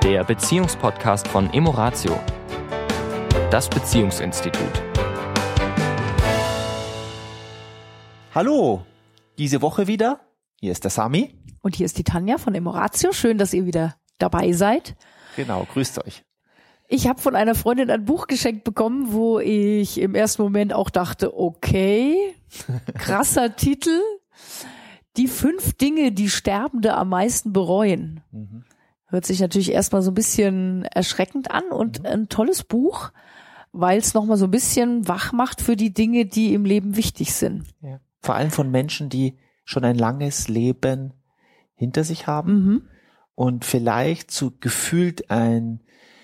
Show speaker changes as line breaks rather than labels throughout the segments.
der Beziehungspodcast von Emoratio, das Beziehungsinstitut.
Hallo, diese Woche wieder. Hier ist der Sami.
Und hier ist die Tanja von Emoratio. Schön, dass ihr wieder dabei seid.
Genau, grüßt euch.
Ich habe von einer Freundin ein Buch geschenkt bekommen, wo ich im ersten Moment auch dachte, okay, krasser Titel. Die 5 Dinge, die Sterbende am meisten bereuen. Hört sich natürlich erstmal so ein bisschen erschreckend an und ein tolles Buch, weil es nochmal so ein bisschen wach macht für die Dinge, die im Leben wichtig sind.
Ja. Vor allem von Menschen, die schon ein langes Leben hinter sich haben und vielleicht so gefühlt ein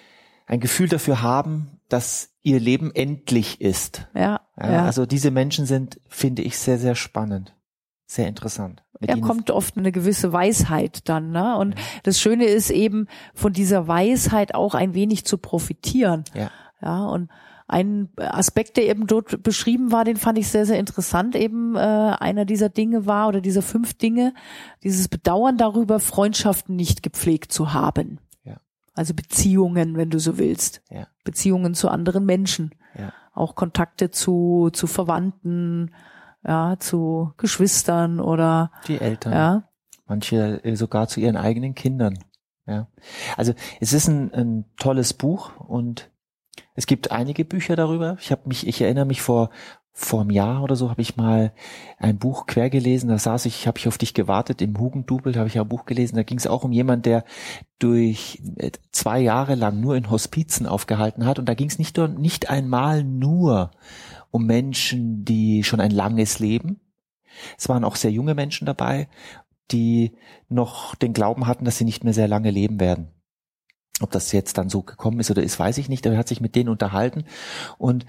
Gefühl dafür haben, dass ihr Leben endlich ist.
Ja.
Also diese Menschen sind, finde ich, sehr, sehr spannend. Sehr interessant.
Kommt oft eine gewisse Weisheit dann, ne? Und das Schöne ist eben, von dieser Weisheit auch ein wenig zu profitieren. Ja, und ein Aspekt, der eben dort beschrieben war, den fand ich sehr, sehr interessant. Eben einer dieser Dinge war, oder dieser 5 Dinge, dieses Bedauern darüber, Freundschaften nicht gepflegt zu haben.
Ja.
Also Beziehungen, wenn du so willst.
Ja.
Beziehungen zu anderen Menschen.
Ja.
Auch Kontakte zu Verwandten, ja, zu Geschwistern oder
die Eltern.
Ja.
Manche sogar zu ihren eigenen Kindern. Ja. Also es ist ein tolles Buch und es gibt einige Bücher darüber. Ich erinnere mich vor einem Jahr oder so habe ich mal ein Buch quer gelesen. Da habe ich auf dich gewartet im Hugendubel, da habe ich ein Buch gelesen. Da ging es auch um jemanden, der durch 2 Jahre lang nur in Hospizen aufgehalten hat. Und da ging es nicht einmal nur um Menschen, die schon ein langes Leben. Es waren auch sehr junge Menschen dabei, die noch den Glauben hatten, dass sie nicht mehr sehr lange leben werden. Ob das jetzt dann so gekommen ist oder ist, weiß ich nicht. Aber er hat sich mit denen unterhalten und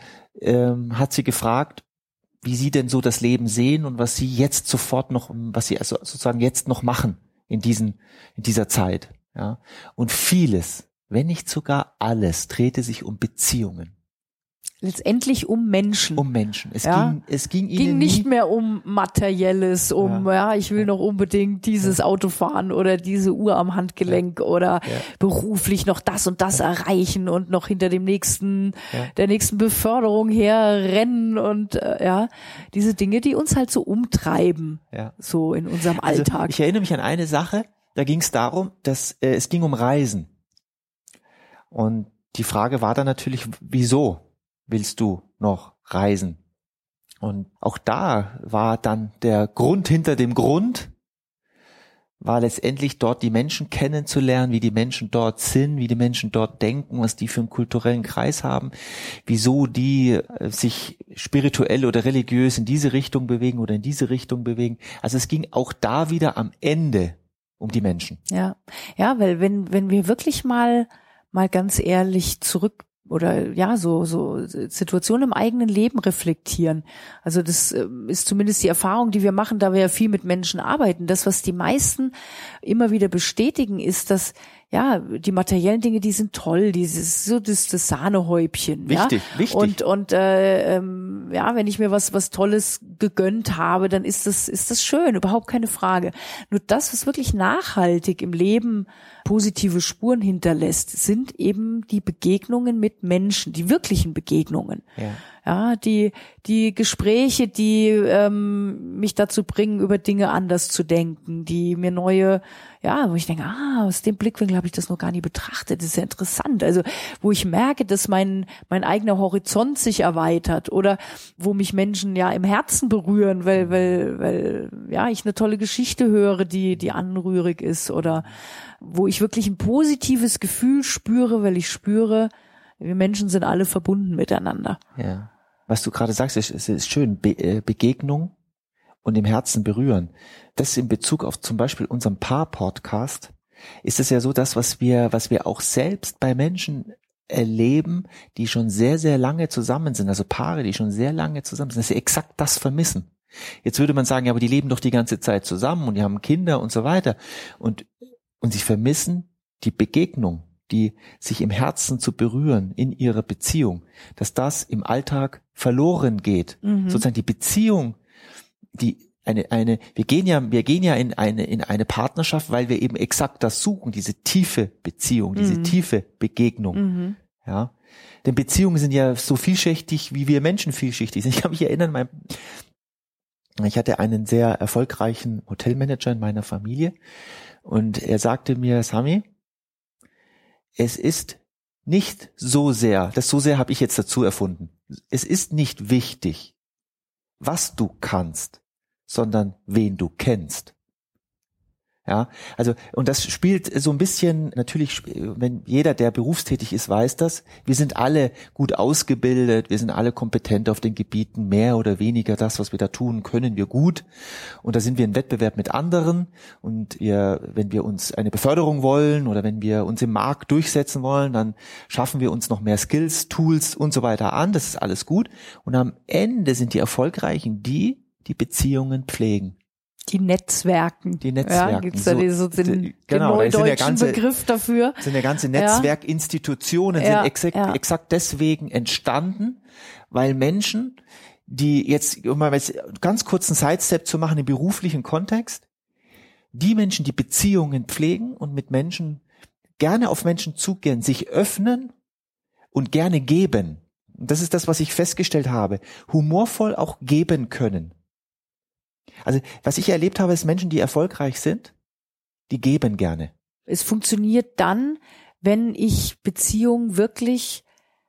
hat sie gefragt, wie sie denn so das Leben sehen und was sie jetzt sofort noch, was sie also sozusagen jetzt noch machen in dieser Zeit. Ja. Und vieles, wenn nicht sogar alles, drehte sich um Beziehungen.
Letztendlich um Menschen.
Um Menschen. Es ging
ihnen nicht mehr um Materielles, ich will noch unbedingt dieses Auto fahren oder diese Uhr am Handgelenk oder beruflich noch das und das erreichen und noch hinter der nächsten Beförderung herrennen und diese Dinge, die uns halt so umtreiben, so in unserem Alltag.
Also ich erinnere mich an eine Sache, da ging es darum, dass es ging um Reisen. Und die Frage war dann natürlich, wieso willst du noch reisen? Und auch da war dann der Grund hinter dem Grund, war letztendlich dort die Menschen kennenzulernen, wie die Menschen dort sind, wie die Menschen dort denken, was die für einen kulturellen Kreis haben, wieso die sich spirituell oder religiös in diese Richtung bewegen oder in diese Richtung bewegen. Also es ging auch da wieder am Ende um die Menschen.
Ja, weil wenn wir wirklich mal ganz ehrlich zurück oder so Situationen im eigenen Leben reflektieren. Also das ist zumindest die Erfahrung, die wir machen, da wir ja viel mit Menschen arbeiten. Das, was die meisten immer wieder bestätigen, ist, dass die materiellen Dinge, die sind toll, das Sahnehäubchen.
Wichtig.
Und wenn ich mir was Tolles gegönnt habe, dann ist das schön, überhaupt keine Frage. Nur das, was wirklich nachhaltig im Leben positive Spuren hinterlässt, sind eben die Begegnungen mit Menschen, die wirklichen Begegnungen. Ja, die Gespräche, die mich dazu bringen, über Dinge anders zu denken, die mir neue, wo ich denke, aus dem Blickwinkel habe ich das noch gar nie betrachtet, das ist ja interessant. Also, wo ich merke, dass mein eigener Horizont sich erweitert oder wo mich Menschen im Herzen berühren, weil ich eine tolle Geschichte höre, die anrührig ist oder wo ich wirklich ein positives Gefühl spüre, weil ich spüre, wir Menschen sind alle verbunden miteinander.
Ja. Was du gerade sagst, ist schön. Begegnung und im Herzen berühren. Das in Bezug auf zum Beispiel unseren Paar-Podcast ist es ja so, das, was wir auch selbst bei Menschen erleben, die schon sehr, sehr lange zusammen sind, also Paare, die schon sehr lange zusammen sind, dass sie exakt das vermissen. Jetzt würde man sagen, aber die leben doch die ganze Zeit zusammen und die haben Kinder und so weiter. Und sie vermissen die Begegnung, die sich im Herzen zu berühren in ihrer Beziehung, dass das im Alltag verloren geht. Sozusagen die Beziehung, die wir gehen ja in eine Partnerschaft, weil wir eben exakt das suchen, diese tiefe Beziehung, diese tiefe Begegnung. Ja. Denn Beziehungen sind ja so vielschichtig, wie wir Menschen vielschichtig sind. Ich kann mich erinnern, ich hatte einen sehr erfolgreichen Hotelmanager in meiner Familie und er sagte mir, Sami, es ist nicht so sehr habe ich jetzt dazu erfunden, es ist nicht wichtig, was du kannst, sondern wen du kennst. Ja, also, und das spielt so ein bisschen, natürlich, wenn jeder, der berufstätig ist, weiß das, wir sind alle gut ausgebildet, wir sind alle kompetent auf den Gebieten, mehr oder weniger das, was wir da tun, können wir gut. Und da sind wir im Wettbewerb mit anderen. Und wenn wir uns eine Beförderung wollen oder wenn wir uns im Markt durchsetzen wollen, dann schaffen wir uns noch mehr Skills, Tools und so weiter an. Das ist alles gut. Und am Ende sind die Erfolgreichen die Beziehungen pflegen.
Die Netzwerken.
Ja,
gibt's da den neudeutschen Begriff dafür.
Sind ja ganze Netzwerkinstitutionen, sind exakt deswegen entstanden, weil Menschen, die jetzt, um mal ganz kurz einen Sidestep zu machen im beruflichen Kontext, die Menschen, die Beziehungen pflegen und mit Menschen, gerne auf Menschen zugehen, sich öffnen und gerne geben. Und das ist das, was ich festgestellt habe. Humorvoll auch geben können. Also, was ich erlebt habe, ist Menschen, die erfolgreich sind, die geben gerne.
Es funktioniert dann, wenn ich Beziehungen wirklich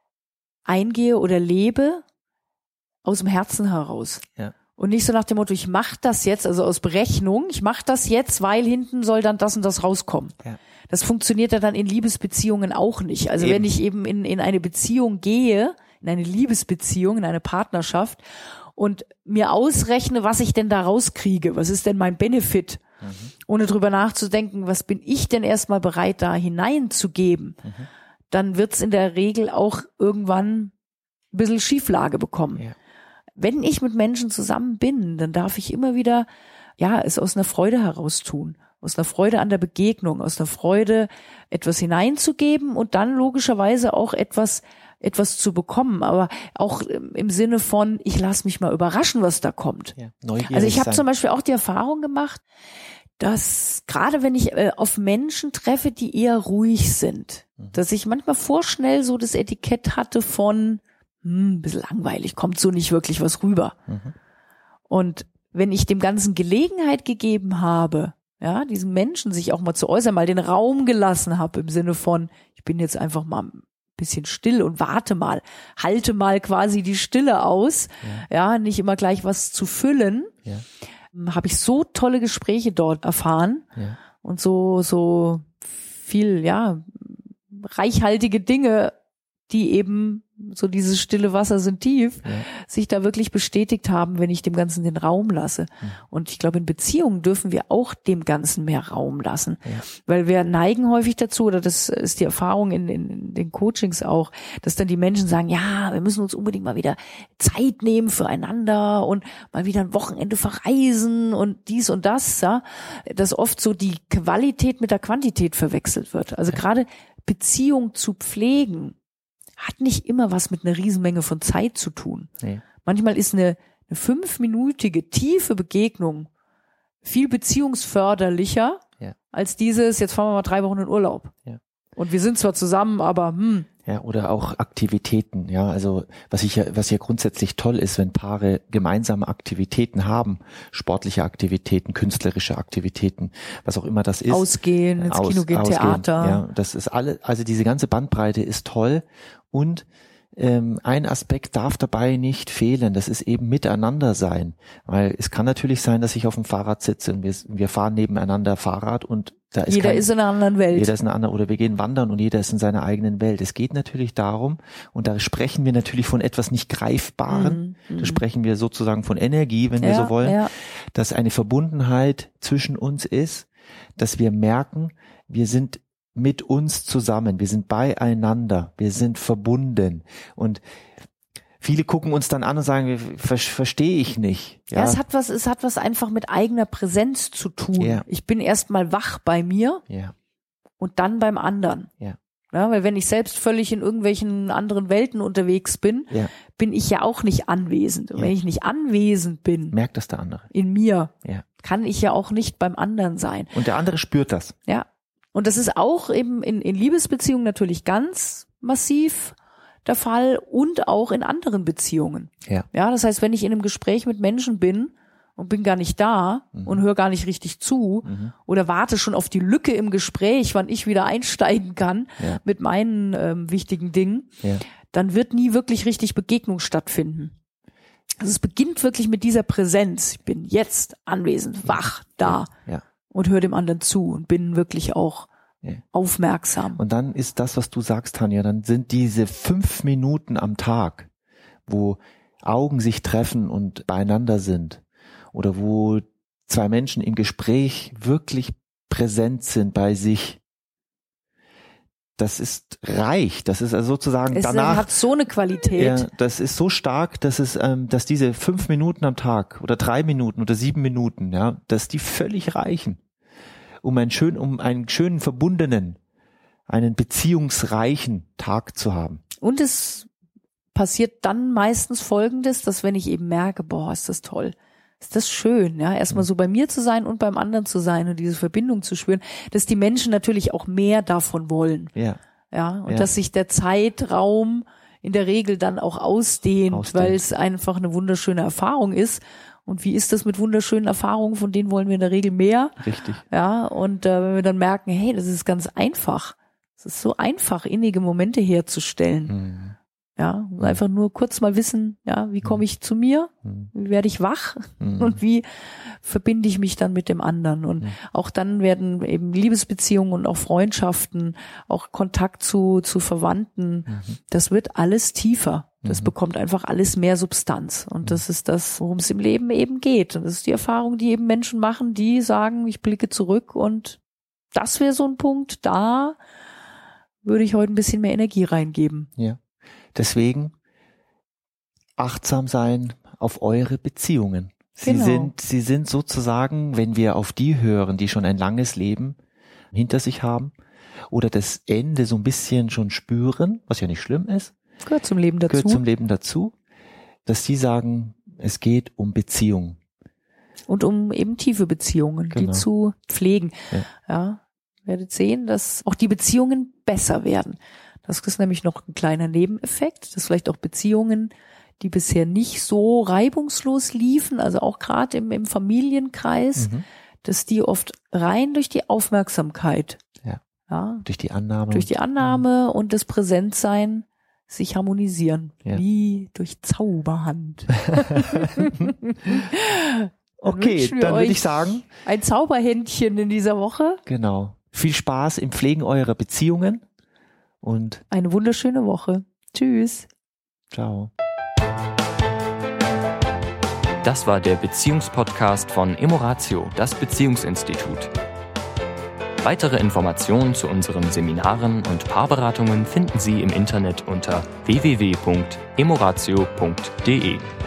eingehe oder lebe aus dem Herzen heraus.
Ja.
Und nicht so nach dem Motto, ich mache das jetzt, also aus Berechnung, ich mache das jetzt, weil hinten soll dann das und das rauskommen.
Ja.
Das funktioniert ja dann in Liebesbeziehungen auch nicht. Also wenn ich eben in eine Beziehung gehe, in eine Liebesbeziehung, in eine Partnerschaft und mir ausrechne, was ich denn da rauskriege, was ist denn mein Benefit, ohne drüber nachzudenken, was bin ich denn erstmal bereit, da hineinzugeben, dann wird's in der Regel auch irgendwann ein bisschen Schieflage bekommen.
Ja.
Wenn ich mit Menschen zusammen bin, dann darf ich immer wieder, es aus einer Freude heraus tun, aus einer Freude an der Begegnung, aus einer Freude etwas hineinzugeben und dann logischerweise auch etwas zu bekommen, aber auch im Sinne von, ich lasse mich mal überraschen, was da kommt.
Ja,
also ich habe zum Beispiel auch die Erfahrung gemacht, dass gerade wenn ich auf Menschen treffe, die eher ruhig sind, dass ich manchmal vorschnell so das Etikett hatte von, ein bisschen langweilig, kommt so nicht wirklich was rüber. Und wenn ich dem Ganzen Gelegenheit gegeben habe, diesen Menschen sich auch mal zu äußern, mal den Raum gelassen habe im Sinne von, ich bin jetzt einfach mal bisschen still und warte mal, halte mal quasi die Stille aus, nicht immer gleich was zu füllen, habe ich so tolle Gespräche dort erfahren und so viel, reichhaltige Dinge, die eben so dieses stille Wasser sind tief, sich da wirklich bestätigt haben, wenn ich dem Ganzen den Raum lasse. Und ich glaube, in Beziehungen dürfen wir auch dem Ganzen mehr Raum lassen, weil wir neigen häufig dazu, oder das ist die Erfahrung in den Coachings auch, dass dann die Menschen sagen, wir müssen uns unbedingt mal wieder Zeit nehmen füreinander und mal wieder ein Wochenende verreisen und dies und das, dass oft so die Qualität mit der Quantität verwechselt wird. Also gerade Beziehung zu pflegen hat nicht immer was mit einer Riesenmenge von Zeit zu tun.
Nee.
Manchmal ist eine 5-minütige, tiefe Begegnung viel beziehungsförderlicher als dieses, jetzt fahren wir mal 3 Wochen in Urlaub.
Ja.
Und wir sind zwar zusammen, aber
Ja, oder auch Aktivitäten, also was ja grundsätzlich toll ist, wenn Paare gemeinsame Aktivitäten haben, sportliche Aktivitäten, künstlerische Aktivitäten, was auch immer das ist.
Ausgehen, ins Kino gehen, Theater.
Ja, das ist also diese ganze Bandbreite ist toll und ein Aspekt darf dabei nicht fehlen, das ist eben miteinander sein, weil es kann natürlich sein, dass ich auf dem Fahrrad sitze und wir fahren nebeneinander Fahrrad und da ist
jeder ist in einer anderen Welt.
Jeder ist in einer anderen, oder wir gehen wandern und jeder ist in seiner eigenen Welt. Es geht natürlich darum, und da sprechen wir natürlich von etwas nicht Greifbaren, da sprechen wir sozusagen von Energie, wenn wir so wollen, dass eine Verbundenheit zwischen uns ist, dass wir merken, wir sind mit uns zusammen, wir sind beieinander, wir sind verbunden und viele gucken uns dann an und sagen, verstehe ich nicht.
Ja, es hat was einfach mit eigener Präsenz zu tun.
Ja.
Ich bin erstmal wach bei mir und dann beim anderen.
Ja.
Ja, weil wenn ich selbst völlig in irgendwelchen anderen Welten unterwegs bin bin ich ja auch nicht anwesend. Und wenn ich nicht anwesend bin,
merkt das der andere.
In mir,
Ja.
kann ich ja auch nicht beim anderen sein.
Und der andere spürt das.
Ja. Und das ist auch eben in Liebesbeziehungen natürlich ganz massiv der Fall und auch in anderen Beziehungen.
Ja.
Ja, das heißt, wenn ich in einem Gespräch mit Menschen bin und bin gar nicht da und höre gar nicht richtig zu oder warte schon auf die Lücke im Gespräch, wann ich wieder einsteigen kann mit meinen wichtigen Dingen, dann wird nie wirklich richtig Begegnung stattfinden. Also es beginnt wirklich mit dieser Präsenz. Ich bin jetzt anwesend, wach, da und höre dem anderen zu und bin wirklich auch aufmerksam.
Und dann ist das, was du sagst, Tanja, dann sind diese 5 Minuten am Tag, wo Augen sich treffen und beieinander sind oder wo 2 Menschen im Gespräch wirklich präsent sind bei sich. Das ist reich, das ist also sozusagen
es
danach.
Hat so eine Qualität.
Ja, das ist so stark, dass dass diese 5 Minuten am Tag oder 3 Minuten oder 7 Minuten, ja, dass die völlig reichen, um einen schönen verbundenen, einen beziehungsreichen Tag zu haben.
Und es passiert dann meistens Folgendes, dass wenn ich eben merke, boah, ist das toll, ist das schön, ja, erstmal so bei mir zu sein und beim anderen zu sein und diese Verbindung zu spüren, dass die Menschen natürlich auch mehr davon wollen. Ja, und dass sich der Zeitraum in der Regel dann auch ausdehnt, weil es einfach eine wunderschöne Erfahrung ist. Und wie ist das mit wunderschönen Erfahrungen? Von denen wollen wir in der Regel mehr.
Richtig.
Ja, und wenn wir dann merken, hey, das ist ganz einfach. Es ist so einfach, innige Momente herzustellen. Ja, einfach nur kurz mal wissen, ja, wie komme ich zu mir? Wie werde ich wach? Und wie verbinde ich mich dann mit dem anderen? Und auch dann werden eben Liebesbeziehungen und auch Freundschaften, auch Kontakt zu Verwandten, das wird alles tiefer. Das bekommt einfach alles mehr Substanz. Und das ist das, worum es im Leben eben geht. Und das ist die Erfahrung, die eben Menschen machen, die sagen, ich blicke zurück und das wäre so ein Punkt, da würde ich heute ein bisschen mehr Energie reingeben.
Ja. Deswegen achtsam sein auf eure Beziehungen. Sie sind sozusagen, wenn wir auf die hören, die schon ein langes Leben hinter sich haben oder das Ende so ein bisschen schon spüren, was ja nicht schlimm ist.
Gehört zum Leben
dazu, dass die sagen, es geht um Beziehung.
Und um eben tiefe Beziehungen, die zu pflegen. Ja, werdet sehen, dass auch die Beziehungen besser werden. Das ist nämlich noch ein kleiner Nebeneffekt, dass vielleicht auch Beziehungen, die bisher nicht so reibungslos liefen, also auch gerade im Familienkreis, dass die oft rein durch die Aufmerksamkeit,
durch die Annahme
und das Präsentsein sich harmonisieren, wie durch Zauberhand.
Okay, dann würde ich sagen,
ein Zauberhändchen in dieser Woche.
Genau. Viel Spaß im Pflegen eurer Beziehungen. Und
eine wunderschöne Woche. Tschüss.
Ciao.
Das war der Beziehungspodcast von Emoratio, das Beziehungsinstitut. Weitere Informationen zu unseren Seminaren und Paarberatungen finden Sie im Internet unter www.emoratio.de.